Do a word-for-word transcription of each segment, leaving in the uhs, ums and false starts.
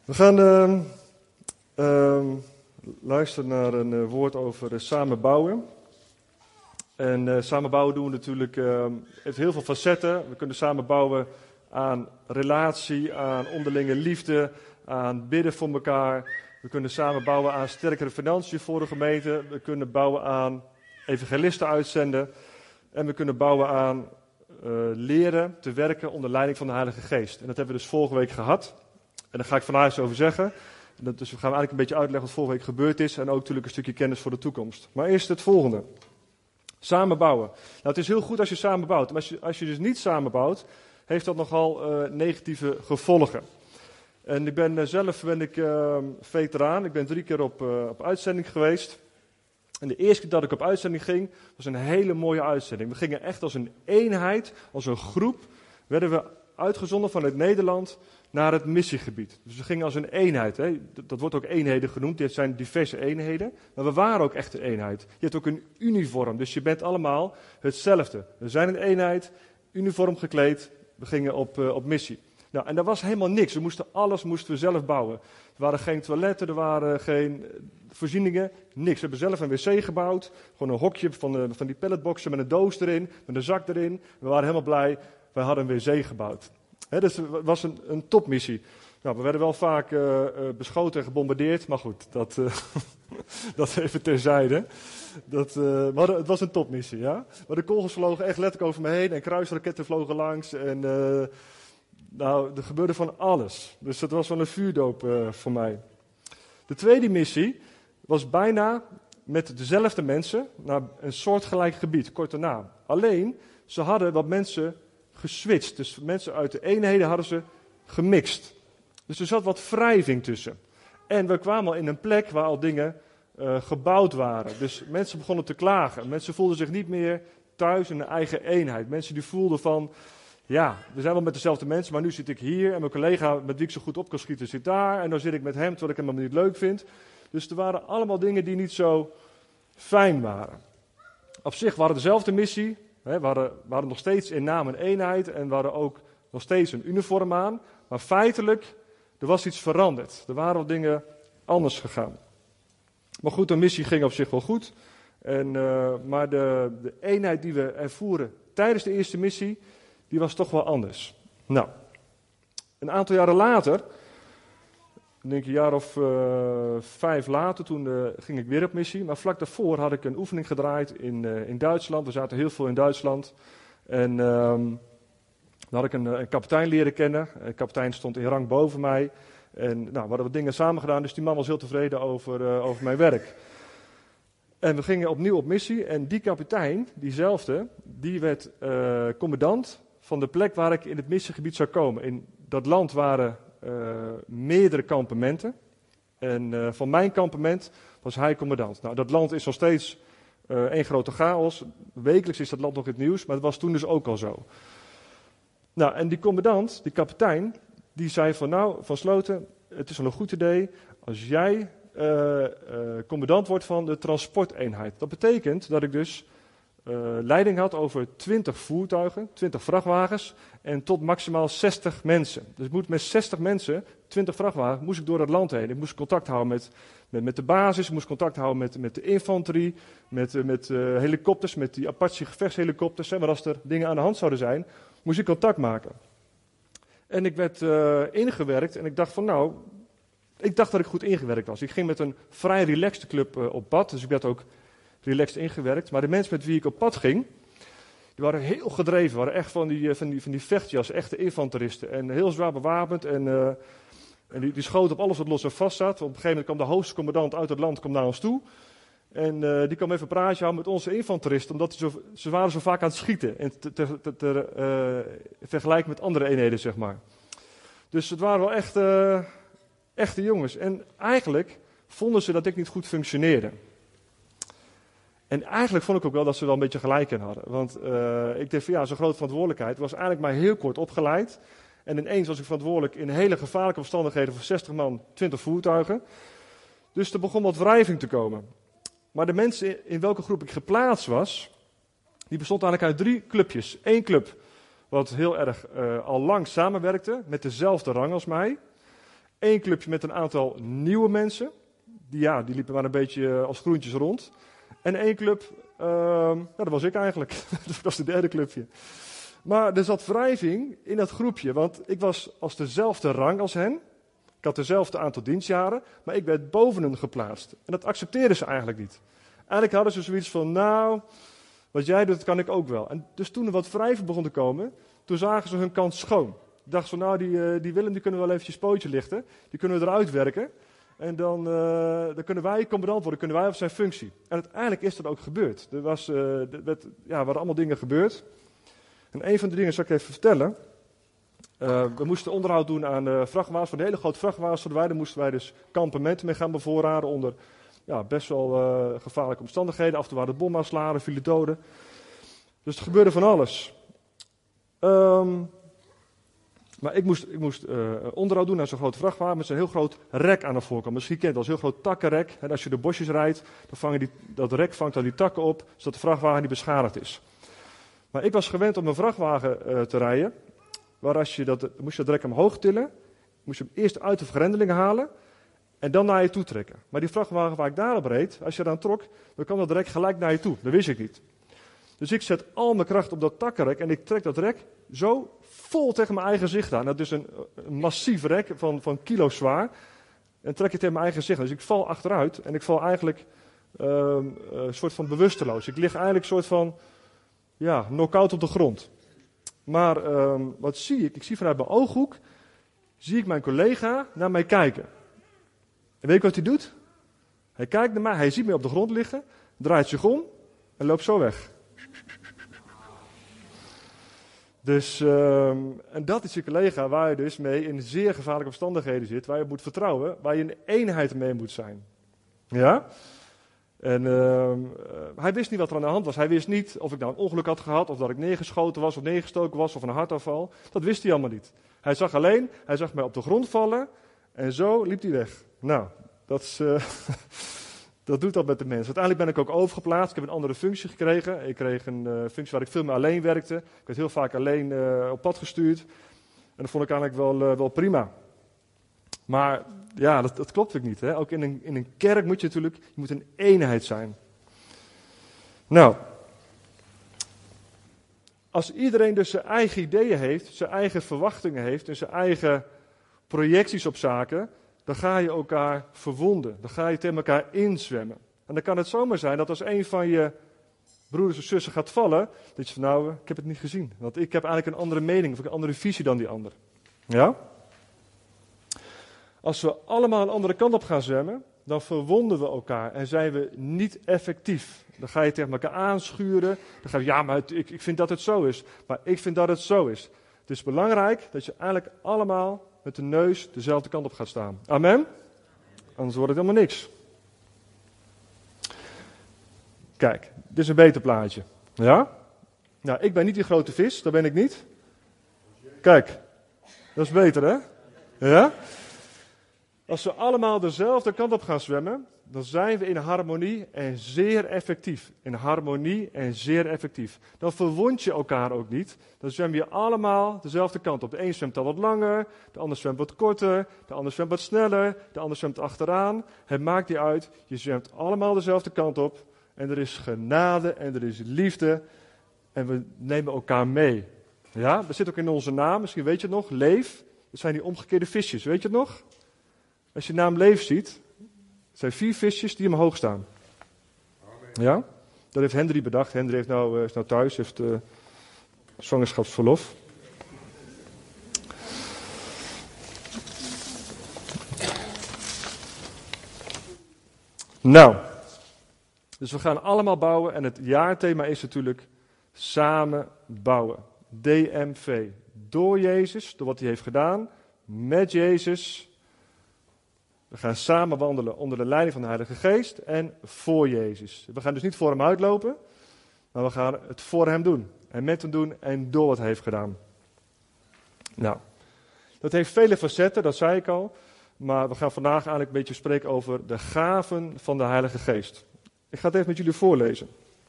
We gaan uh, uh, luisteren naar een uh, woord over uh, samen bouwen. En uh, samen bouwen doen we natuurlijk, uh, heeft heel veel facetten. We kunnen samen bouwen aan relatie, aan onderlinge liefde, aan bidden voor elkaar. We kunnen samen bouwen aan sterkere financiën voor de gemeente. We kunnen bouwen aan evangelisten uitzenden. En we kunnen bouwen aan uh, leren te werken onder leiding van de Heilige Geest. En dat hebben we dus vorige week gehad. En daar ga ik vandaag iets over zeggen. Dus we gaan eigenlijk een beetje uitleggen wat vorige week gebeurd is. En ook natuurlijk een stukje kennis voor de toekomst. Maar eerst het volgende. Samen bouwen. Nou, het is heel goed als je samen bouwt. Maar als je, als je dus niet samen bouwt, heeft dat nogal uh, negatieve gevolgen. En ik ben uh, zelf ben ik, uh, veteraan. Ik ben drie keer op, uh, op uitzending geweest. En de eerste keer dat ik op uitzending ging, was een hele mooie uitzending. We gingen echt als een eenheid, als een groep, werden we uitgezonden vanuit Nederland naar het missiegebied. Dus we gingen als een eenheid. Hè. Dat wordt ook eenheden genoemd. Dit zijn diverse eenheden. Maar we waren ook echt een eenheid. Je hebt ook een uniform. Dus je bent allemaal hetzelfde. We zijn een eenheid, uniform gekleed. We gingen op, uh, op missie. Nou, en daar was helemaal niks. We moesten alles moesten we zelf bouwen. Er waren geen toiletten, er waren geen voorzieningen, niks. We hebben zelf een wc gebouwd. Gewoon een hokje van, de, van die palletboxen met een doos erin, met een zak erin. We waren helemaal blij. Wij hadden een wc gebouwd. He, dus het was een, een topmissie. Nou, we werden wel vaak uh, uh, beschoten en gebombardeerd, maar goed, dat, uh, dat even terzijde. Dat, uh, maar het was een topmissie, ja. Maar de kogels vlogen echt letterlijk over me heen en kruisraketten vlogen langs. En uh, nou, er gebeurde van alles. Dus dat was wel een vuurdoop uh, voor mij. De tweede missie was bijna met dezelfde mensen naar een soortgelijk gebied, kort daarna. Alleen, ze hadden wat mensen geswitcht. Dus mensen uit de eenheden hadden ze gemixt. Dus er zat wat wrijving tussen. En we kwamen al in een plek waar al dingen uh, gebouwd waren. Dus mensen begonnen te klagen. Mensen voelden zich niet meer thuis in een eigen eenheid. Mensen die voelden van, ja, we zijn wel met dezelfde mensen, maar nu zit ik hier. En mijn collega met wie ik zo goed op kan schieten zit daar. En dan zit ik met hem terwijl ik hem niet leuk vind. Dus er waren allemaal dingen die niet zo fijn waren. Op zich waren dezelfde missie. We waren, waren nog steeds in naam een eenheid en we hadden ook nog steeds een uniform aan. Maar feitelijk, er was iets veranderd. Er waren wat dingen anders gegaan. Maar goed, de missie ging op zich wel goed. En, uh, maar de, de eenheid die we ervoeren tijdens de eerste missie, die was toch wel anders. Nou, een aantal jaren later, ik denk een jaar of uh, vijf later, toen uh, ging ik weer op missie. Maar vlak daarvoor had ik een oefening gedraaid in, uh, in Duitsland. We zaten heel veel in Duitsland. En um, dan had ik een, een kapitein leren kennen. De kapitein stond in rang boven mij. En nou, we hadden wat dingen samen gedaan, dus die man was heel tevreden over, uh, over mijn werk. En we gingen opnieuw op missie. En die kapitein, diezelfde, die werd uh, commandant van de plek waar ik in het missiegebied zou komen. In dat land waren Uh, meerdere kampementen. En uh, van mijn kampement was hij commandant. Nou, dat land is nog steeds uh, één grote chaos. Wekelijks is dat land nog in het nieuws, maar dat was toen dus ook al zo. Nou, en die commandant, die kapitein, die zei van nou, Van Sloten, het is wel een goed idee als jij uh, uh, commandant wordt van de transporteenheid. Dat betekent dat ik dus Uh, leiding had over twintig voertuigen, twintig vrachtwagens en tot maximaal zestig mensen. Dus ik moet met zestig mensen, twintig vrachtwagens, moest ik door het land heen. Ik moest contact houden met, met, met de basis, ik moest contact houden met, met de infanterie, met, uh, met uh, helikopters, met die Apache gevechtshelikopters. Hè, maar als er dingen aan de hand zouden zijn, moest ik contact maken. En ik werd uh, ingewerkt en ik dacht van nou, ik dacht dat ik goed ingewerkt was. Ik ging met een vrij relaxed club uh, op pad, dus ik werd ook relaxed ingewerkt. Maar de mensen met wie ik op pad ging, die waren heel gedreven. waren echt van die, van die, van die vechtjas, echte infanteristen. En heel zwaar bewapend. En, uh, en die, die schoten op alles wat los en vast zat. Op een gegeven moment kwam de hoofdcommandant uit het land kwam naar ons toe. En uh, die kwam even een praatje houden met onze infanteristen. Omdat die zo, ze waren zo vaak aan het schieten. En te, te, te, te uh, vergelijken met andere eenheden, zeg maar. Dus het waren wel echt, uh, echte jongens. En eigenlijk vonden ze dat ik niet goed functioneerde. En eigenlijk vond ik ook wel dat ze wel een beetje gelijk in hadden. Want uh, ik dacht van ja, zo'n grote verantwoordelijkheid. Ik was eigenlijk maar heel kort opgeleid. En ineens was ik verantwoordelijk in hele gevaarlijke omstandigheden voor zestig man, twintig voertuigen. Dus er begon wat wrijving te komen. Maar de mensen in welke groep ik geplaatst was, die bestond eigenlijk uit drie clubjes. Eén club wat heel erg uh, al lang samenwerkte met dezelfde rang als mij. één clubje met een aantal nieuwe mensen. Die, ja, die liepen maar een beetje als groentjes rond. En één club, uh, ja, dat was ik eigenlijk. Dat was het derde clubje. Maar er zat wrijving in dat groepje, want ik was als dezelfde rang als hen. Ik had dezelfde aantal dienstjaren, maar ik werd boven hen geplaatst. En dat accepteerden ze eigenlijk niet. Eigenlijk hadden ze zoiets van, nou, wat jij doet, dat kan ik ook wel. En dus toen er wat wrijving begon te komen, toen zagen ze hun kans schoon. Ik dacht zo, nou, die, die Willem, die kunnen we wel eventjes pootje lichten. Die kunnen we eruit werken. En dan, uh, dan kunnen wij commandant worden, kunnen wij op zijn functie. En uiteindelijk is dat ook gebeurd. Er, was, uh, er werd, ja, waren allemaal dingen gebeurd. En een van de dingen zal ik even vertellen. Uh, we moesten onderhoud doen aan uh, vrachtwagens. Van de hele grote vrachtwagens hadden wij. Daar moesten wij dus kampementen mee gaan bevoorraden onder ja, best wel uh, gevaarlijke omstandigheden. Af en toe waren het bomaanslagen, vielen doden. Dus er gebeurde van alles. Um, maar ik moest, ik moest uh, onderhoud doen aan zo'n grote vrachtwagen met zo'n heel groot rek aan de voorkant. Misschien kent je dat, een heel groot takkenrek. En als je de bosjes rijdt, dan vangen die, dat rek vangt dan die takken op, zodat de vrachtwagen niet beschadigd is. Maar ik was gewend om een vrachtwagen uh, te rijden, waar als je dat, moest je dat rek omhoog tillen, moest je hem eerst uit de vergrendelingen halen en dan naar je toe trekken. Maar die vrachtwagen waar ik daarop reed, als je eraan trok, dan kwam dat rek gelijk naar je toe. Dat wist ik niet. Dus ik zet al mijn kracht op dat takkenrek en ik trek dat rek zo vol tegen mijn eigen gezicht aan. Dat is een, een massief rek van, van kilo zwaar. En trek het tegen mijn eigen gezicht. Dus ik val achteruit en ik val eigenlijk uh, een soort van bewusteloos. Ik lig eigenlijk een soort van ja, knock-out op de grond. Maar um, wat zie ik? Ik zie vanuit mijn ooghoek, zie ik mijn collega naar mij kijken. En weet je wat hij doet? Hij kijkt naar mij, hij ziet mij op de grond liggen, draait zich om en loopt zo weg. Dus, um, en dat is je collega waar je dus mee in zeer gevaarlijke omstandigheden zit, waar je moet vertrouwen, waar je in eenheid mee moet zijn. Ja? En uh, hij wist niet wat er aan de hand was. Hij wist niet of ik nou een ongeluk had gehad, of dat ik neergeschoten was, of neergestoken was, of een hartaanval. Dat wist hij allemaal niet. Hij zag alleen, hij zag mij op de grond vallen, en zo liep hij weg. Nou, dat is... Uh, Dat doet dat met de mensen. Uiteindelijk ben ik ook overgeplaatst. Ik heb een andere functie gekregen. Ik kreeg een uh, functie waar ik veel meer alleen werkte. Ik werd heel vaak alleen uh, op pad gestuurd. En dat vond ik eigenlijk wel, uh, wel prima. Maar ja, dat, dat klopt ook niet. Hè? Ook in een, in een kerk moet je natuurlijk, je moet een eenheid zijn. Nou, als iedereen dus zijn eigen ideeën heeft, zijn eigen verwachtingen heeft en zijn eigen projecties op zaken, dan ga je elkaar verwonden. Dan ga je tegen elkaar inzwemmen. En dan kan het zomaar zijn dat als een van je broeders of zussen gaat vallen, dat je van nou, ik heb het niet gezien. Want ik heb eigenlijk een andere mening of een andere visie dan die ander. Ja? Als we allemaal een andere kant op gaan zwemmen, dan verwonden we elkaar en zijn we niet effectief. Dan ga je tegen elkaar aanschuren. Dan ga je, ja, maar het, ik, ik vind dat het zo is. Maar ik vind dat het zo is. Het is belangrijk dat je eigenlijk allemaal met de neus dezelfde kant op gaat staan. Amen? Anders wordt het helemaal niks. Kijk, dit is een beter plaatje. Ja? Nou, ik ben niet die grote vis, dat ben ik niet. Kijk, dat is beter, hè? Ja? Als we allemaal dezelfde kant op gaan zwemmen, dan zijn we in harmonie en zeer effectief. In harmonie en zeer effectief. Dan verwond je elkaar ook niet. Dan zwem je allemaal dezelfde kant op. De een zwemt al wat langer, de ander zwemt wat korter, de ander zwemt wat sneller, de ander zwemt achteraan. Het maakt niet uit, je zwemt allemaal dezelfde kant op. En er is genade en er is liefde en we nemen elkaar mee. Ja, dat zit ook in onze naam, misschien weet je het nog, Leef. Dat zijn die omgekeerde visjes, weet je het nog? Als je naam Leef ziet, het zijn vier visjes die omhoog staan. Amen. Ja? Dat heeft Hendry bedacht. Hendry heeft nou, is nou thuis, heeft uh, zwangerschapsverlof. Nou, dus we gaan allemaal bouwen en het jaarthema is natuurlijk samen bouwen. D M V. Door Jezus, door wat hij heeft gedaan, met Jezus. We gaan samen wandelen onder de leiding van de Heilige Geest en voor Jezus. We gaan dus niet voor hem uitlopen, maar we gaan het voor hem doen. En met hem doen en door wat hij heeft gedaan. Nou, dat heeft vele facetten, dat zei ik al. Maar we gaan vandaag eigenlijk een beetje spreken over de gaven van de Heilige Geest. Ik ga het even met jullie voorlezen.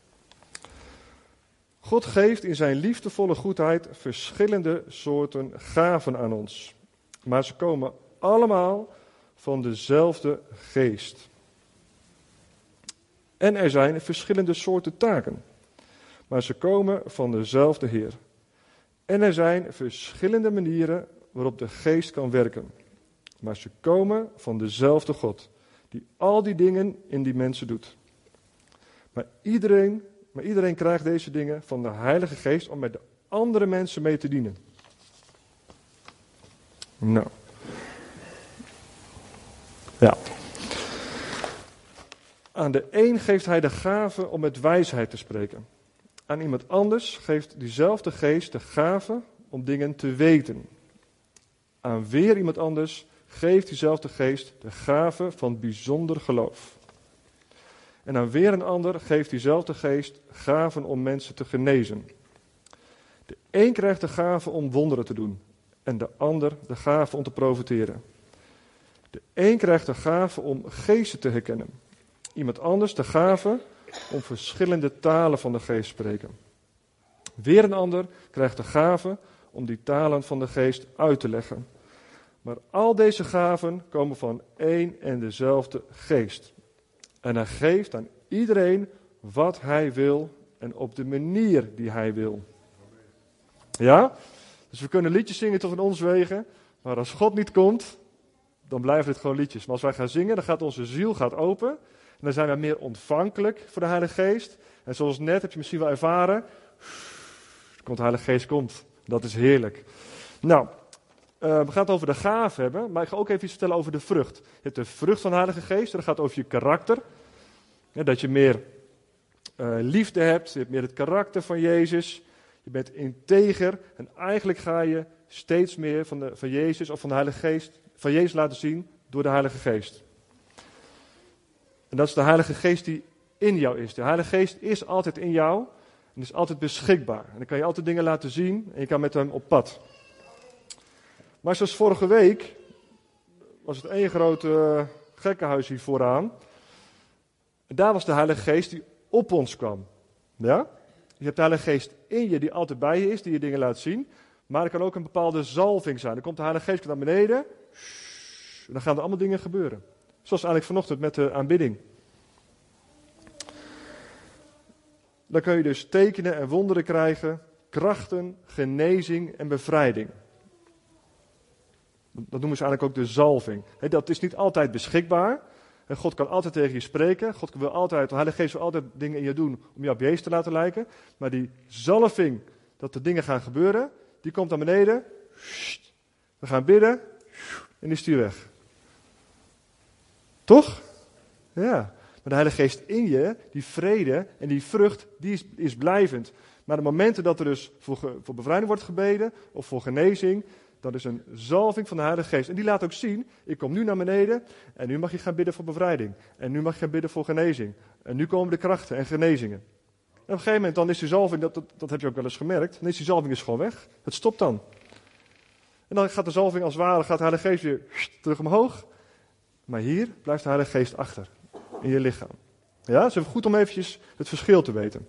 God geeft in zijn liefdevolle goedheid verschillende soorten gaven aan ons. Maar ze komen allemaal van dezelfde geest. En er zijn verschillende soorten taken, maar ze komen van dezelfde Heer. En er zijn verschillende manieren waarop de geest kan werken, maar ze komen van dezelfde God, die al die dingen in die mensen doet. Maar iedereen, maar iedereen krijgt deze dingen van de Heilige Geest om met de andere mensen mee te dienen. Nou. Ja. Aan de een geeft hij de gave om met wijsheid te spreken. Aan iemand anders geeft diezelfde geest de gave om dingen te weten. Aan weer iemand anders geeft diezelfde geest de gave van bijzonder geloof. En aan weer een ander geeft diezelfde geest gaven om mensen te genezen. De een krijgt de gave om wonderen te doen en de ander de gave om te profeteren. De een krijgt de gave om geesten te herkennen. Iemand anders de gave om verschillende talen van de geest te spreken. Weer een ander krijgt de gave om die talen van de geest uit te leggen. Maar al deze gaven komen van één en dezelfde geest. En hij geeft aan iedereen wat hij wil en op de manier die hij wil. Ja? Dus we kunnen liedjes zingen tot in ons wegen, maar als God niet komt, dan blijven het gewoon liedjes. Maar als wij gaan zingen, dan gaat onze ziel gaat open. En dan zijn wij meer ontvankelijk voor de Heilige Geest. En zoals net heb je misschien wel ervaren, komt de Heilige Geest komt. Dat is heerlijk. Nou, uh, we gaan het over de gaven hebben, maar ik ga ook even iets vertellen over de vrucht. Je hebt de vrucht van de Heilige Geest, dat gaat over je karakter. Ja, dat je meer uh, liefde hebt, je hebt meer het karakter van Jezus. Je bent integer en eigenlijk ga je steeds meer van, de, van Jezus of van de Heilige Geest, van Jezus laten zien door de Heilige Geest. En dat is de Heilige Geest die in jou is. De Heilige Geest is altijd in jou en is altijd beschikbaar. En dan kan je altijd dingen laten zien en je kan met hem op pad. Maar zoals vorige week was het één grote uh, gekkenhuis hier vooraan. En daar was de Heilige Geest die op ons kwam. Ja? Je hebt de Heilige Geest in je die altijd bij je is, die je dingen laat zien. Maar er kan ook een bepaalde zalving zijn. Dan komt de Heilige Geest naar beneden. En dan gaan er allemaal dingen gebeuren. Zoals eigenlijk vanochtend met de aanbidding. Dan kun je dus tekenen en wonderen krijgen. Krachten, genezing en bevrijding. Dat noemen ze eigenlijk ook de zalving. Dat is niet altijd beschikbaar. God kan altijd tegen je spreken. God wil altijd, de Heilige Geest wil altijd dingen in je doen om je op Jezus te laten lijken. Maar die zalving, dat er dingen gaan gebeuren, die komt naar beneden. We gaan bidden en die stuurt weg. Toch? Ja. Maar de Heilige Geest in je, die vrede en die vrucht, die is, is blijvend. Maar de momenten dat er dus voor, voor bevrijding wordt gebeden of voor genezing, dat is een zalving van de Heilige Geest. En die laat ook zien, ik kom nu naar beneden en nu mag je gaan bidden voor bevrijding. En nu mag je gaan bidden voor genezing. En nu komen de krachten en genezingen. En op een gegeven moment dan is die zalving, dat, dat, dat heb je ook wel eens gemerkt, dan is die zalving is gewoon weg. Het stopt dan. En dan gaat de zalving als het ware, gaat de Heilige Geest weer terug omhoog. Maar hier blijft de Heilige Geest achter, in je lichaam. Ja, het is even goed om eventjes het verschil te weten.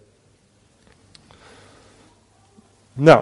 Nou,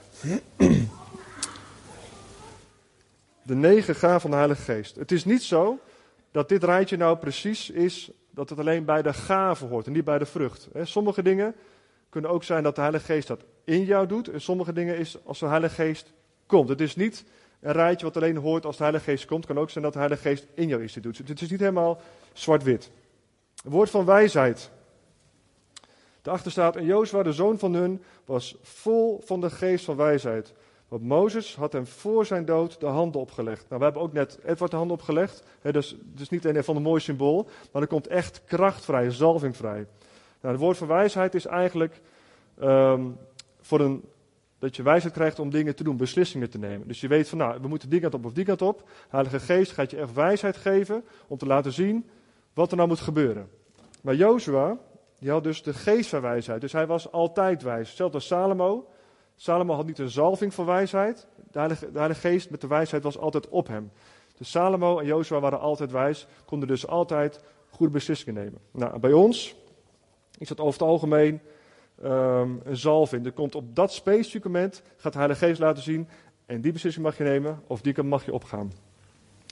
de negen gaven van de Heilige Geest. Het is niet zo dat dit rijtje nou precies is dat het alleen bij de gaven hoort en niet bij de vrucht. Sommige dingen kunnen ook zijn dat de Heilige Geest dat in jou doet. En sommige dingen is als de Heilige Geest komt. Het is niet een rijtje wat alleen hoort als de Heilige Geest komt. Het kan ook zijn dat de Heilige Geest in jou is die doet. Het is niet helemaal zwart-wit. Een woord van wijsheid. Daarachter staat, en Jozua, de zoon van Nun, was vol van de geest van wijsheid. Want Mozes had hem voor zijn dood de handen opgelegd. Nou, we hebben ook net Edward de handen opgelegd. He, dus het is niet een van de mooie symbool, maar er komt echt kracht vrij, zalving vrij. Nou, het woord van wijsheid is eigenlijk um, voor een, dat je wijsheid krijgt om dingen te doen, beslissingen te nemen. Dus je weet van, nou, we moeten die kant op of die kant op. De Heilige Geest gaat je echt wijsheid geven om te laten zien wat er nou moet gebeuren. Maar Jozua, die had dus de geest van wijsheid. Dus hij was altijd wijs. Zelfs als Salomo. Salomo had niet een zalving van wijsheid. De Heilige, de Heilige Geest met de wijsheid was altijd op hem. Dus Salomo en Jozua waren altijd wijs. Konden dus altijd goede beslissingen nemen. Nou, bij ons is dat over het algemeen um, een zalving. Er komt op dat specifieke moment, gaat de Heilige Geest laten zien. En die beslissing mag je nemen, of die kant mag je opgaan.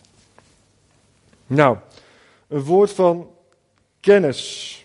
Nou, een woord van kennis.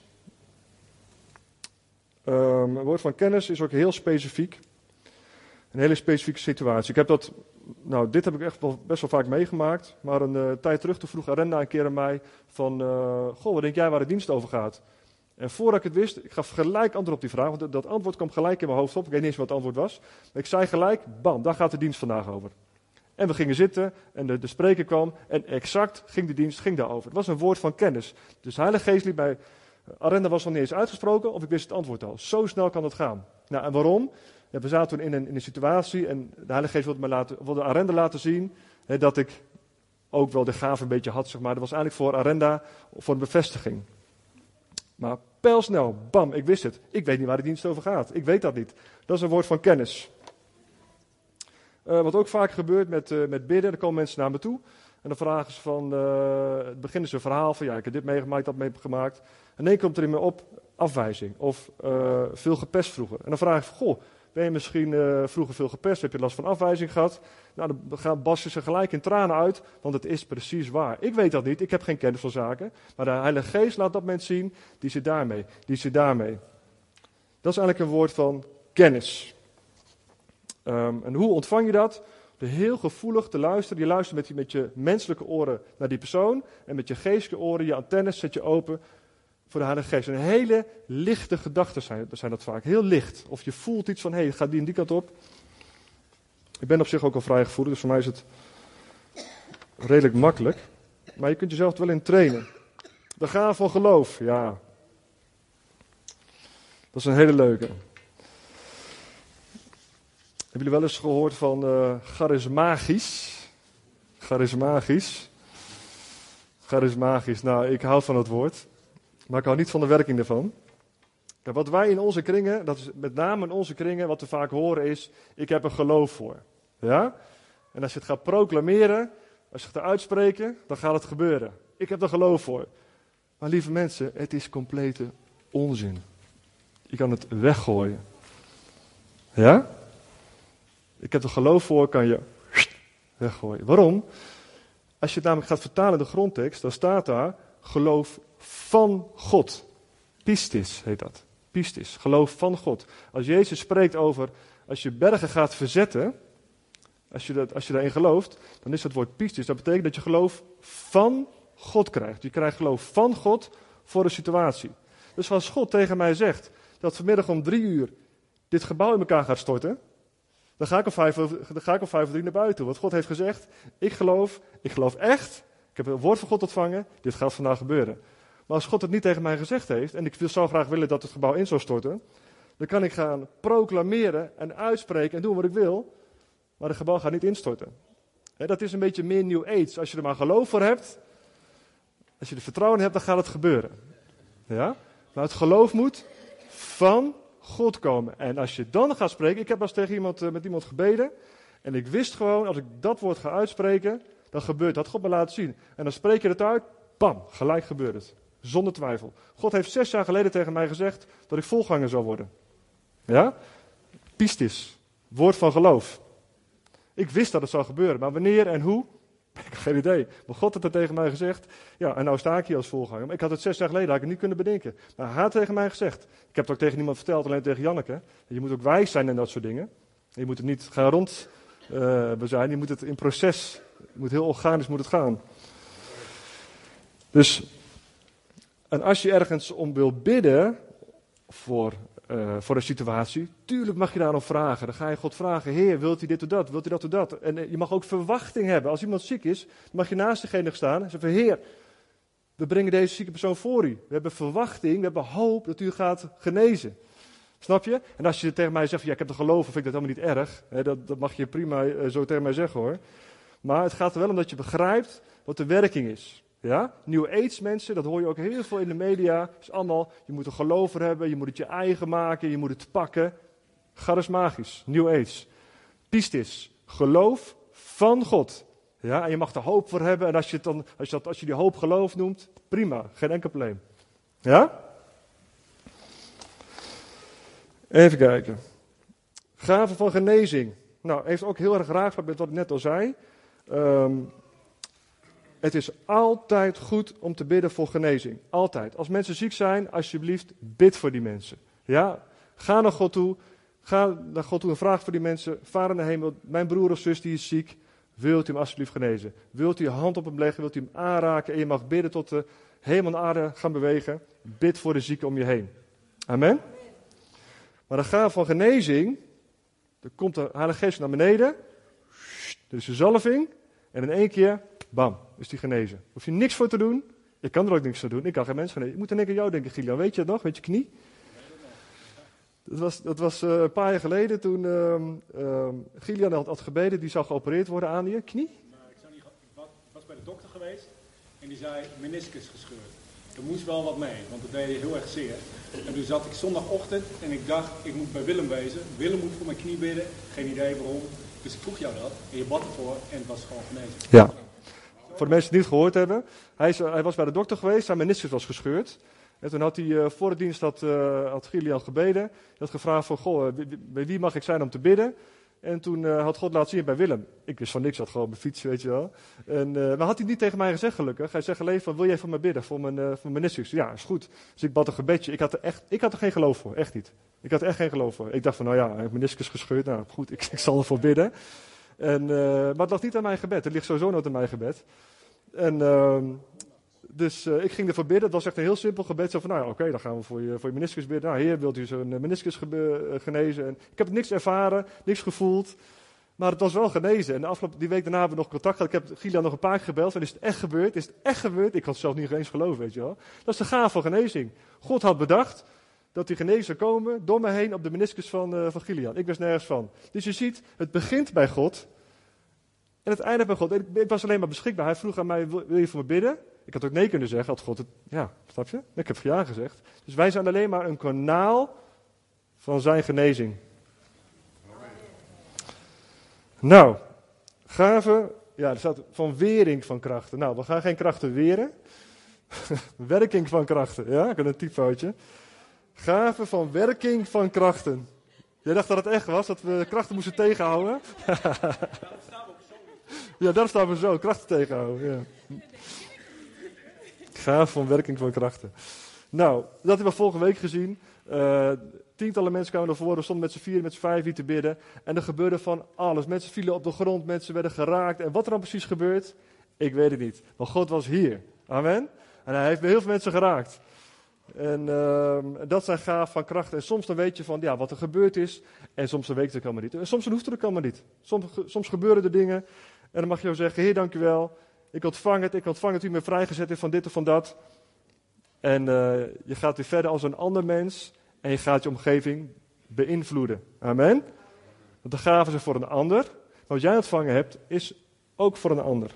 Um, een woord van kennis is ook heel specifiek. Een hele specifieke situatie. Ik heb dat, nou, dit heb ik echt wel best wel vaak meegemaakt. Maar een uh, tijd terug, toen vroeg Arenda een keer aan mij van, uh, goh, wat denk jij waar de dienst over gaat? En voordat ik het wist, ik gaf gelijk antwoord op die vraag, want dat antwoord kwam gelijk in mijn hoofd op. Ik weet niet eens wat het antwoord was. Maar ik zei gelijk, bam, daar gaat de dienst vandaag over. En we gingen zitten en de, de spreker kwam en exact ging de dienst ging daarover. Het was een woord van kennis. Dus de Heilige Geest liet mij, Arenda was nog niet eens uitgesproken of ik wist het antwoord al. Zo snel kan het gaan. Nou, en waarom? Ja, we zaten toen in een, in een situatie en de Heilige Geest wilde, me laten, wilde Arenda laten zien hè, dat ik ook wel de gave een beetje had, zeg maar. Dat was eigenlijk voor Arenda, voor een bevestiging. Maar pijlsnel, bam, ik wist het. Ik weet niet waar de dienst over gaat. Ik weet dat niet. Dat is een woord van kennis. Uh, wat ook vaak gebeurt met, uh, met bidden, dan komen mensen naar me toe. En dan vragen ze van, uh, het beginnen ze een verhaal van, ja, ik heb dit meegemaakt, dat meegemaakt. En dan komt er in me op, afwijzing. Of uh, veel gepest vroeger. En dan vraag ik van, goh, ben je misschien uh, vroeger veel gepest? Heb je last van afwijzing gehad? Nou, dan gaan barsten ze gelijk in tranen uit, want het is precies waar. Ik weet dat niet, ik heb geen kennis van zaken. Maar de Heilige Geest laat dat mensen zien, die zit daarmee, die zit daarmee. Dat is eigenlijk een woord van kennis. Um, en hoe ontvang je dat? Door heel gevoelig te luisteren. Je luistert met, die, met je menselijke oren naar die persoon. En met je geestelijke oren, je antennes zet je open voor de Heilige Geest. En hele lichte gedachten zijn, zijn dat vaak. Heel licht. Of je voelt iets van, hé, hey, gaat die en die kant op. Ik ben op zich ook al vrij gevoelig, dus voor mij is het redelijk makkelijk. Maar je kunt jezelf er wel in trainen. De gave van geloof, ja. Dat is een hele leuke. Hebben jullie wel eens gehoord van uh, charismagisch? Charismagisch. Charismagisch, nou, ik hou van het woord. Maar ik hou niet van de werking daarvan. Kijk, wat wij in onze kringen, dat is met name in onze kringen, wat we vaak horen is, ik heb er geloof voor. Ja? En als je het gaat proclameren, als je het gaat uitspreken, dan gaat het gebeuren. Ik heb er geloof voor. Maar lieve mensen, het is complete onzin. Je kan het weggooien. Ja? Ik heb er geloof voor, kan je weggooien. Waarom? Als je het namelijk gaat vertalen in de grondtekst, dan staat daar geloof van God. Pistis heet dat. Pistis, geloof van God. Als Jezus spreekt over, als je bergen gaat verzetten, als je, dat, als je daarin gelooft, dan is dat woord pistis. Dat betekent dat je geloof van God krijgt. Je krijgt geloof van God voor een situatie. Dus als God tegen mij zegt dat vanmiddag om drie uur dit gebouw in elkaar gaat storten, dan ga ik om vijf, dan ga ik om vijf of drie naar buiten. Want God heeft gezegd, ik geloof, ik geloof echt, ik heb een woord van God ontvangen, dit gaat vandaag gebeuren. Maar als God het niet tegen mij gezegd heeft, en ik zou graag willen dat het gebouw in zou storten, dan kan ik gaan proclameren en uitspreken en doen wat ik wil, maar het gebouw gaat niet instorten. He, dat is een beetje meer New Age. Als je er maar geloof voor hebt, als je er vertrouwen hebt, dan gaat het gebeuren. Ja? Maar het geloof moet van God komen. En als je dan gaat spreken, ik heb als tegen iemand, uh, met iemand gebeden, en ik wist gewoon, als ik dat woord ga uitspreken, dan gebeurt dat. God me laat zien. En dan spreek je het uit, bam, gelijk gebeurt het. Zonder twijfel. God heeft zes jaar geleden tegen mij gezegd dat ik volganger zou worden. Ja? Pistis. Woord van geloof. Ik wist dat het zou gebeuren, maar wanneer en hoe? Ik heb geen idee. Maar God had het tegen mij gezegd. Ja, en nou sta ik hier als volganger. Maar ik had het zes jaar geleden had ik het niet kunnen bedenken. Maar hij had tegen mij gezegd. Ik heb het ook tegen niemand verteld, alleen tegen Janneke. Je moet ook wijs zijn in dat soort dingen. Je moet het niet gaan rond uh, zijn. Je moet het in proces. Je moet heel organisch moet het gaan. Dus, en als je ergens om wil bidden voor, uh, voor een situatie, tuurlijk mag je daarom vragen. Dan ga je God vragen, Heer, wilt u dit of dat? Wilt u dat of dat? En uh, je mag ook verwachting hebben. Als iemand ziek is, dan mag je naast degene staan en zeggen, Heer, we brengen deze zieke persoon voor u. We hebben verwachting, we hebben hoop dat u gaat genezen. Snap je? En als je tegen mij zegt, ja, ik heb er geloof, vind ik dat helemaal niet erg. He, dat, dat mag je prima uh, zo tegen mij zeggen hoor. Maar het gaat er wel om dat je begrijpt wat de werking is. Ja? New Age mensen, dat hoor je ook heel veel in de media. Het is allemaal, je moet een geloof er hebben, je moet het je eigen maken, je moet het pakken. Charismagisch, New Age. Pistis, geloof van God. Ja? En je mag er hoop voor hebben. En als je, het dan, als, je dat, als je die hoop geloof noemt, prima, geen enkel probleem. Ja? Even kijken. Gaven van genezing. Nou, heeft ook heel erg raakvlak met wat ik net al zei. Um, Het is altijd goed om te bidden voor genezing. Altijd. Als mensen ziek zijn, alsjeblieft, bid voor die mensen. Ja? Ga naar God toe. Ga naar God toe en vraag voor die mensen. Vader in de hemel, mijn broer of zus die is ziek. Wilt u hem alsjeblieft genezen? Wilt u je hand op hem leggen? Wilt u hem aanraken? En je mag bidden tot de hemel en aarde gaan bewegen. Bid voor de zieken om je heen. Amen? Maar de gave van genezing, er komt de Heilige Geest naar beneden. Er is een zalving. En in één keer, bam, is die genezen. Hoef je niks voor te doen. Je kan er ook niks voor doen. Ik kan geen mensen genezen. Ik moet in één keer jou denken, Gilian. Weet je het nog? Weet je knie? Dat was, dat was uh, een paar jaar geleden toen uh, uh, Gilian had, had gebeden. Die zou geopereerd worden aan je knie. Nou, ik, zou niet, ik was bij de dokter geweest. En die zei, meniscus gescheurd. Er moest wel wat mee, want dat deed heel erg zeer. En toen zat ik zondagochtend en ik dacht, ik moet bij Willem wezen. Willem moet voor mijn knie bidden. Geen idee waarom. Dus ik vroeg jou dat. En je bad ervoor en het was gewoon genezen. Ja. Voor de mensen die het niet gehoord hebben. Hij, is, hij was bij de dokter geweest. Zijn meniscus was gescheurd. En toen had hij uh, voor de dienst had, uh, had Gilian gebeden. Hij had gevraagd van, goh, bij wie mag ik zijn om te bidden? En toen uh, had God laten zien bij Willem. Ik wist van niks, had gewoon mijn fiets, weet je wel. En, uh, maar had hij niet tegen mij gezegd gelukkig. Hij zei alleen van, wil jij voor mij bidden, voor mijn, uh, voor mijn meniscus? Ja, is goed. Dus ik bad een gebedje. Ik had, er echt, ik had er geen geloof voor, echt niet. Ik had er echt geen geloof voor. Ik dacht van, nou ja, ik heb meniscus gescheurd. Nou goed, ik, ik zal ervoor bidden. En, uh, maar het lag niet aan mijn gebed. Het ligt sowieso nooit aan mijn gebed. En... Uh, Dus uh, ik ging ervoor bidden. Het was echt een heel simpel gebed. Zo van, nou ja, oké, okay, dan gaan we voor je, voor je meniscus bidden. Nou, Heer, wilt u zo'n meniscus gebe- genezen? En ik heb niks ervaren, niks gevoeld. Maar het was wel genezen. En de afgelopen, die week daarna hebben we nog contact gehad. Ik heb Gilian nog een paar keer gebeld. En is het echt gebeurd? Is het echt gebeurd? Ik had het zelf niet eens geloven, weet je wel. Dat is de gave van genezing. God had bedacht dat die genezing zou komen door me heen op de meniscus van, uh, van Gilian. Ik wist nergens van. Dus je ziet, het begint bij God. En het eindigt bij God. Ik, ik was alleen maar beschikbaar. Hij vroeg aan mij, wil, wil je voor me bidden? Ik had ook nee kunnen zeggen, had God het, ja, snap je? Ik heb ja gezegd. Dus wij zijn alleen maar een kanaal van zijn genezing. Nou, gave, ja, er staat van wering van krachten. Nou, we gaan geen krachten weren. Werking van krachten, ja, ik had een typfoutje. Gave van werking van krachten. Jij dacht dat het echt was, dat we krachten moesten tegenhouden? Ja, daar staan we zo, krachten tegenhouden, ja. Gaaf van werking van krachten. Nou, dat hebben we vorige week gezien. Uh, tientallen mensen kwamen naar voren, we stonden met z'n vier, met z'n vijf hier te bidden. En er gebeurde van alles. Mensen vielen op de grond, mensen werden geraakt. En wat er dan precies gebeurt, ik weet het niet. Maar God was hier. Amen. En hij heeft bij heel veel mensen geraakt. En uh, dat zijn gaaf van krachten. En soms dan weet je van ja, wat er gebeurd is. En soms dan weet je het helemaal niet. En soms dan hoeft het ook helemaal niet. Soms, soms gebeuren er dingen. En dan mag je wel zeggen, Heer, dank u wel. Ik ontvang het, ik ontvang het, u me vrijgezet heeft van dit of van dat. En uh, je gaat weer verder als een ander mens. En je gaat je omgeving beïnvloeden. Amen. Want de gaven zijn voor een ander. Maar wat jij ontvangen hebt, is ook voor een ander.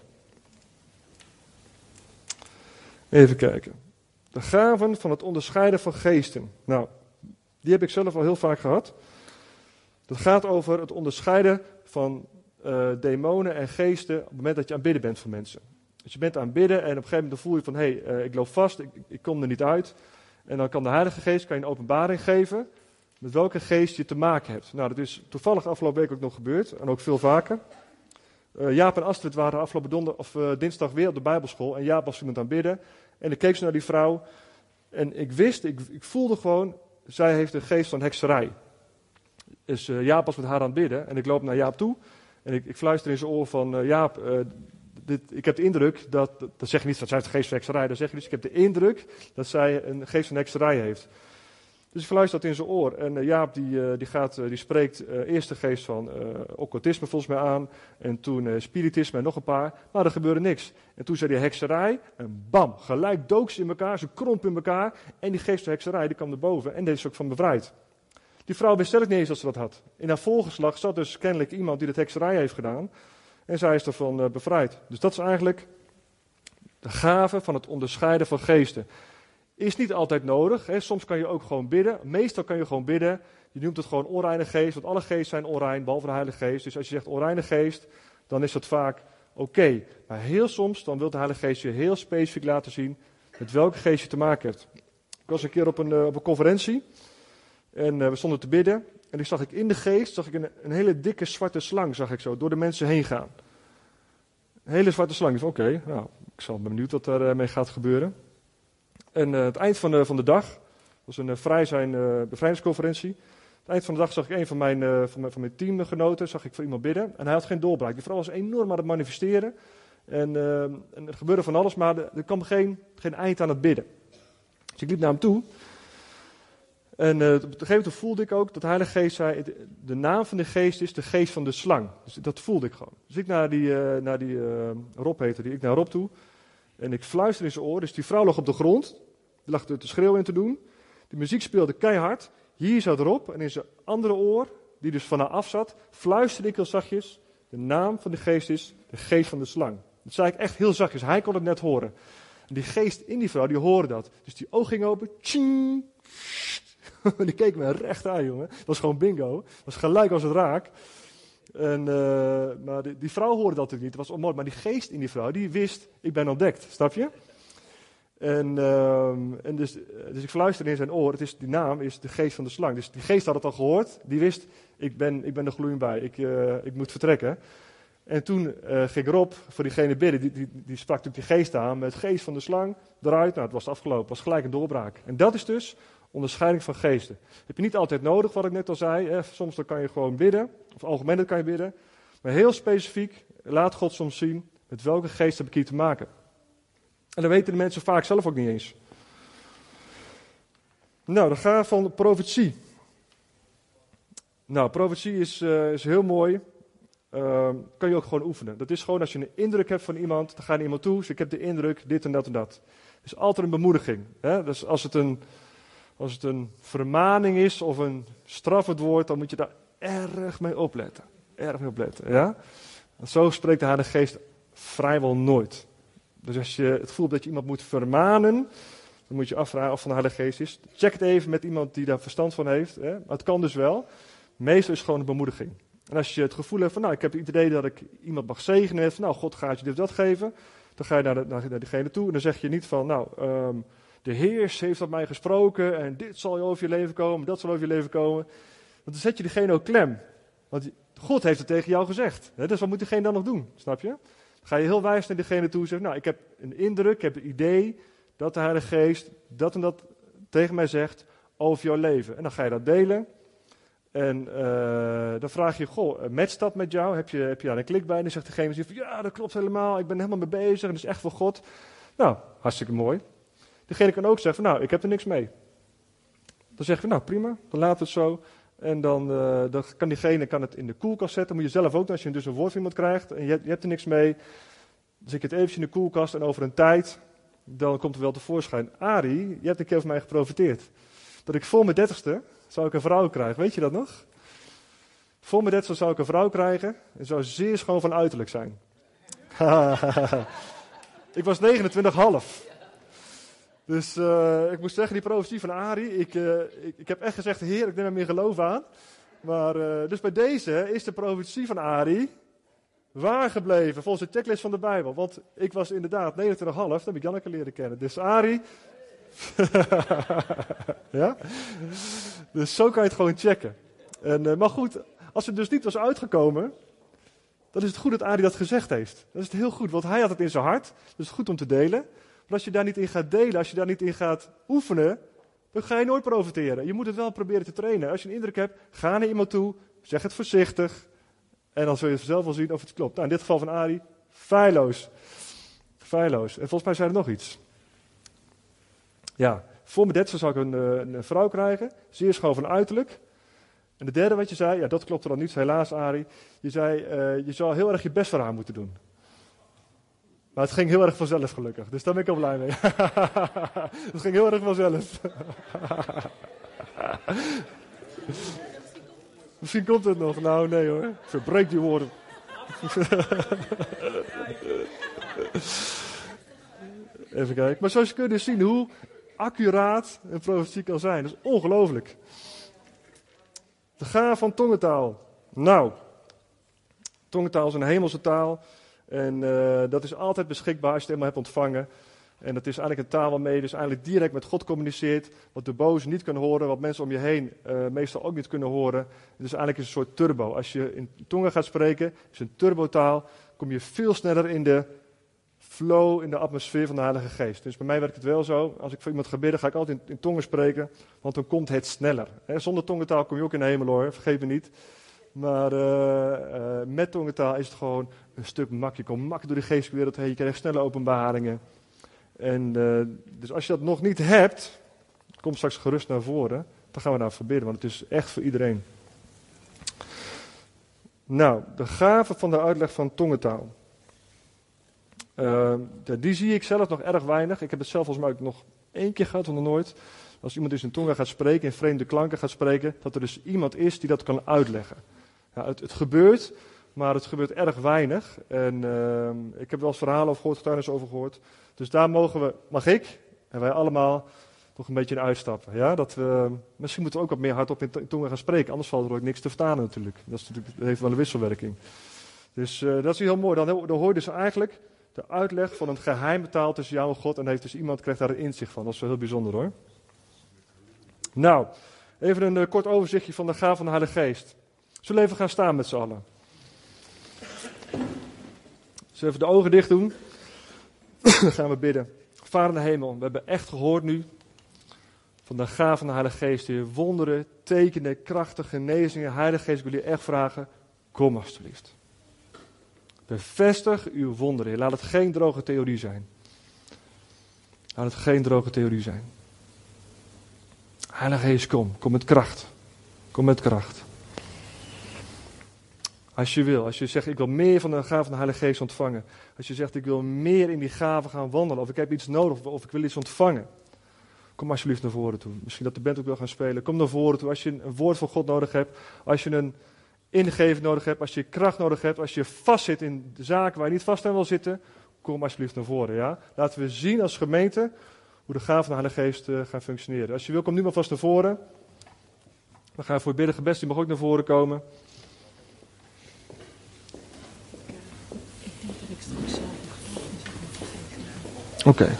Even kijken. De gaven van het onderscheiden van geesten. Nou, die heb ik zelf al heel vaak gehad. Dat gaat over het onderscheiden van uh, demonen en geesten op het moment dat je aan het bidden bent voor mensen. Dus je bent aan het bidden en op een gegeven moment voel je van, hé, hey, uh, ik loop vast, ik, ik kom er niet uit. En dan kan de Heilige Geest kan je een openbaring geven met welke geest je te maken hebt. Nou, dat is toevallig afgelopen week ook nog gebeurd en ook veel vaker. Uh, Jaap en Astrid waren afgelopen donder, of, uh, dinsdag weer op de Bijbelschool en Jaap was iemand aan het bidden. En ik keek zo naar die vrouw en ik wist, ik, ik voelde gewoon, zij heeft een geest van hekserij. Dus uh, Jaap was met haar aan het bidden en ik loop naar Jaap toe en ik, ik fluister in zijn oor van, uh, Jaap, uh, dit, ik heb de indruk dat, dat zeg je niet dat zij heeft een geest van hekserij, dan zeg je dus ik heb de indruk dat zij een geest van hekserij heeft. Dus ik fluister dat in zijn oor en uh, Jaap die, uh, die, gaat, uh, die spreekt uh, eerst de geest van uh, occultisme volgens mij aan en toen uh, spiritisme en nog een paar, maar er gebeurde niks. En toen zei die hekserij en bam, gelijk dook ze in elkaar, ze kromp in elkaar en die geest van hekserij die kwam naar boven en deed ze ook van bevrijd. Die vrouw wist zelf niet eens dat ze dat had. In haar voorgeslag zat dus kennelijk iemand die dat hekserij heeft gedaan en zij is ervan uh, bevrijd. Dus dat is eigenlijk de gave van het onderscheiden van geesten. Is niet altijd nodig. Hè. Soms kan je ook gewoon bidden. Meestal kan je gewoon bidden. Je noemt het gewoon onreine geest. Want alle geesten zijn onrein, behalve de Heilige Geest. Dus als je zegt onreine geest, dan is dat vaak oké. Okay. Maar heel soms, dan wil de Heilige Geest je heel specifiek laten zien met welke geest je te maken hebt. Ik was een keer op een, uh, op een conferentie. En uh, we stonden te bidden. En toen zag ik in de geest, zag ik een, een hele dikke zwarte slang, zag ik zo, door de mensen heen gaan. Een hele zwarte slang. Oké, okay, nou, ik zal ben benieuwd wat daarmee gaat gebeuren. En uh, het eind van de, van de dag, was een uh, vrij zijn uh, bevrijdingsconferentie. Aan het eind van de dag zag ik een van mijn, uh, van mijn, van mijn teamgenoten, zag ik voor iemand bidden. En hij had geen doorbraak. Die vrouw was enorm aan het manifesteren. En, uh, en er gebeurde van alles, maar er, er kwam geen, geen eind aan het bidden. Dus ik liep naar hem toe. En uh, op een gegeven moment voelde ik ook dat de Heilige Geest zei, de naam van de geest is de geest van de slang. Dus dat voelde ik gewoon. Dus ik naar die, uh, naar die uh, Rob heette die, ik naar Rob toe. En ik fluisterde in zijn oor. Dus die vrouw lag op de grond. Die lag er te schreeuwen in te doen. De muziek speelde keihard. Hier zat Rob. En in zijn andere oor, die dus van haar af zat, fluisterde ik heel zachtjes. De naam van de geest is de geest van de slang. Dat zei ik echt heel zachtjes. Hij kon het net horen. En die geest in die vrouw, die hoorde dat. Dus die oog ging open. Tjing. Die keek me recht aan, jongen. Dat was gewoon bingo. Dat was gelijk als het raak. En, uh, maar die, die vrouw hoorde dat natuurlijk niet. Dat was onmogelijk. Maar die geest in die vrouw, die wist, ik ben ontdekt. Snap je? En, uh, en dus, dus ik fluisterde in zijn oor. Het is, die naam is de geest van de slang. Dus die geest had het al gehoord. Die wist, ik ben, ik ben er gloeiend bij. Ik, uh, ik moet vertrekken. En toen uh, ging Rob voor diegene bidden. Die, die, die sprak natuurlijk die geest aan. Met geest van de slang eruit. Nou, het was afgelopen. Het was gelijk een doorbraak. En dat is dus onderscheiding van geesten. Heb je niet altijd nodig, wat ik net al zei. Hè? Soms dan kan je gewoon bidden. Of algemeen kan je bidden. Maar heel specifiek laat God soms zien met welke geest heb ik hier te maken. En dat weten de mensen vaak zelf ook niet eens. Nou, dan gaan we van profetie. Nou, profetie is, uh, is heel mooi. Uh, kan je ook gewoon oefenen. Dat is gewoon als je een indruk hebt van iemand, dan ga je naar iemand toe. Dus ik heb de indruk, dit en dat en dat. Het is altijd een bemoediging. Hè? Dus als het een, als het een vermaning is of een straffend woord, dan moet je daar erg mee opletten. Erg mee opletten, ja. Want zo spreekt de Heilige Geest vrijwel nooit. Dus als je het gevoel hebt dat je iemand moet vermanen, dan moet je afvragen of het van de Heilige Geest is. Check het even met iemand die daar verstand van heeft. Hè. Maar het kan dus wel. Meestal is het gewoon een bemoediging. En als je het gevoel hebt van, nou, ik heb het idee dat ik iemand mag zegenen. Van, nou, God gaat je dit of dat geven. Dan ga je naar, de, naar, naar diegene toe en dan zeg je niet van, nou, um, de Heer heeft tot mij gesproken en dit zal over je leven komen, dat zal over je leven komen. Want dan zet je diegene ook klem. Want God heeft het tegen jou gezegd. Hè. Dus wat moet diegene dan nog doen? Snap je? Dan ga je heel wijs naar diegene toe en zeg, nou, ik heb een indruk, ik heb een idee dat de Heilige Geest dat en dat tegen mij zegt over jouw leven. En dan ga je dat delen. En uh, dan vraag je, goh, matcht dat met jou? Heb je, heb je daar een klik bij? En dan zegt degene van, ja, dat klopt helemaal. Ik ben helemaal mee bezig en dat is echt voor God. Nou, hartstikke mooi. Degene kan ook zeggen van, nou, ik heb er niks mee. Dan zeg je, nou, prima, dan laten we het zo. En dan, uh, dan kan diegene kan het in de koelkast zetten. Moet je zelf ook, als je dus een woord van iemand krijgt en je, je hebt er niks mee. Dan zet je het eventjes in de koelkast en over een tijd, dan komt er wel tevoorschijn. Arie, je hebt een keer van mij geprofiteerd. Dat ik voor mijn dertigste zou ik een vrouw krijgen. Weet je dat nog? Voor mijn dertigste zou ik een vrouw krijgen. En zou zeer schoon van uiterlijk zijn. Ik was negenentwintig komma vijf. Dus uh, ik moest zeggen, die profetie van Arie. Ik, uh, ik, ik heb echt gezegd, Heer, ik neem er meer geloof aan. Maar uh, dus bij deze is de profetie van Arie waar gebleven. Volgens de checklist van de Bijbel. Want ik was inderdaad negenentwintig komma vijf. Dan heb ik Janneke leren kennen. Dus Arie. Ja? Dus zo kan je het gewoon checken. En, uh, maar goed, als het dus niet was uitgekomen, dan is het goed dat Arie dat gezegd heeft. Dat is het heel goed, want hij had het in zijn hart. Dus het is goed om te delen. Maar als je daar niet in gaat delen, als je daar niet in gaat oefenen, dan ga je nooit profiteren. Je moet het wel proberen te trainen. Als je een indruk hebt, ga naar iemand toe, zeg het voorzichtig. En dan zul je zelf wel zien of het klopt. Nou, in dit geval van Arie, feilloos. Feilloos. En volgens mij zei er nog iets. Ja, voor mijn dertigste zou ik een, een, een vrouw krijgen, zeer schoon van uiterlijk. En de derde wat je zei, ja dat klopte dan niet, helaas Arie. Je zei, uh, je zou heel erg je best voor haar moeten doen. Maar het ging heel erg vanzelf gelukkig, dus daar ben ik al blij mee. Het ging heel erg vanzelf. Misschien komt het nog, nou nee hoor, verbreek die woorden. Even kijken, maar zoals je kunt zien hoe accuraat een profetie kan zijn. Dat is ongelooflijk. De gaaf van tongentaal. Nou, tongentaal is een hemelse taal. En uh, dat is altijd beschikbaar als je het helemaal hebt ontvangen. En dat is eigenlijk een taal waarmee je dus eigenlijk direct met God communiceert. Wat de boze niet kan horen, wat mensen om je heen uh, meestal ook niet kunnen horen. Het is eigenlijk een soort turbo. Als je in tongen gaat spreken, is een turbotaal, kom je veel sneller in de flow in de atmosfeer van de Heilige Geest. Dus bij mij werkt het wel zo. Als ik voor iemand ga bidden, ga ik altijd in, in tongen spreken, want dan komt het sneller. He, zonder tongentaal kom je ook in de hemel hoor, vergeet me niet. Maar uh, uh, met tongentaal is het gewoon een stuk makkelijker. Je komt makkelijk door de geestelijke wereld heen, je krijgt snelle openbaringen. En, uh, dus als je dat nog niet hebt, kom straks gerust naar voren. Dan gaan we daarvoor bidden, want het is echt voor iedereen. Nou, de gave van de uitleg van tongentaal. Uh, die zie ik zelf nog erg weinig. Ik heb het zelf volgens mij ook nog één keer gehad, of nog nooit. Als iemand dus in tongen gaat spreken, in vreemde klanken gaat spreken, dat er dus iemand is die dat kan uitleggen. Ja, het, het gebeurt, maar het gebeurt erg weinig. En uh, ik heb wel eens verhalen over gehoord, getuigenissen over gehoord. Dus daar mogen we, mag ik en wij allemaal toch een beetje in uitstappen. Ja? Dat we, misschien moeten we ook wat meer hardop in, in tongen gaan spreken, anders valt er ook niks te vertalen natuurlijk. Dat, is natuurlijk, dat heeft wel een wisselwerking. Dus uh, dat is heel mooi. Dan, dan hoor je dus eigenlijk de uitleg van een geheime taal tussen jou en God. En heeft dus iemand krijgt daar een inzicht van. Dat is wel heel bijzonder hoor. Nou, even een uh, kort overzichtje van de gave van de Heilige Geest. Zullen we even gaan staan met z'n allen? Zullen we even de ogen dicht doen? Dan gaan we bidden. Vader in de hemel, we hebben echt gehoord nu van de gave van de Heilige Geest. Heer, wonderen, tekenen, krachten, genezingen. Heilige Geest, ik wil je echt vragen, kom alstublieft. Bevestig uw wonderen, Heer. Laat het geen droge theorie zijn. Laat het geen droge theorie zijn. Heilige Geest, kom. Kom met kracht. Kom met kracht. Als je wil, als je zegt ik wil meer van de gave van de Heilige Geest ontvangen. Als je zegt ik wil meer in die gave gaan wandelen. Of ik heb iets nodig of, of ik wil iets ontvangen. Kom alsjeblieft naar voren toe. Misschien dat de band ook wil gaan spelen. Kom naar voren toe als je een woord van God nodig hebt. Als je een ingeving nodig hebt. Als je kracht nodig hebt. Als je vastzit in de zaken waar je niet vast aan wil zitten. Kom alsjeblieft naar voren. Ja? Laten we zien als gemeente hoe de gave van de Heilige Geest uh, gaan functioneren. Als je wil, kom nu maar vast naar voren. We gaan voor je bidden. Gebed, die mag ook naar voren komen. Oké. Okay.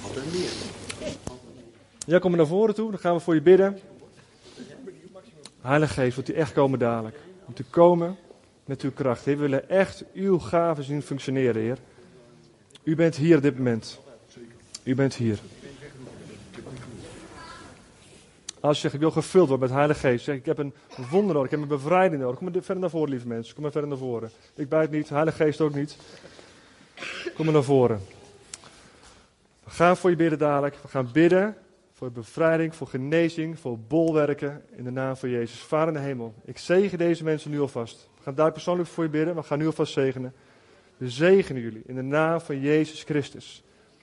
Ja, kom maar naar voren toe. Dan gaan we voor je bidden. Heilige Geest, wilt u echt komen dadelijk. Wilt u komen met uw kracht. Heer, we willen echt uw gaven zien functioneren, Heer. U bent hier op dit moment. U bent hier. Als je zegt, ik wil gevuld worden met Heilige Geest. Zeg, ik heb een wonder nodig, ik heb een bevrijding nodig. Kom maar verder naar voren, lieve mensen. Kom maar verder naar voren. Ik bijt niet, Heilige Geest ook niet. Kom maar naar voren. We gaan voor je bidden dadelijk. We gaan bidden voor bevrijding, voor genezing, voor bolwerken in de naam van Jezus. Vader in de hemel, ik zegen deze mensen nu alvast. We gaan daar persoonlijk voor je bidden, we gaan nu alvast zegenen. We zegenen jullie in de naam van Jezus Christus.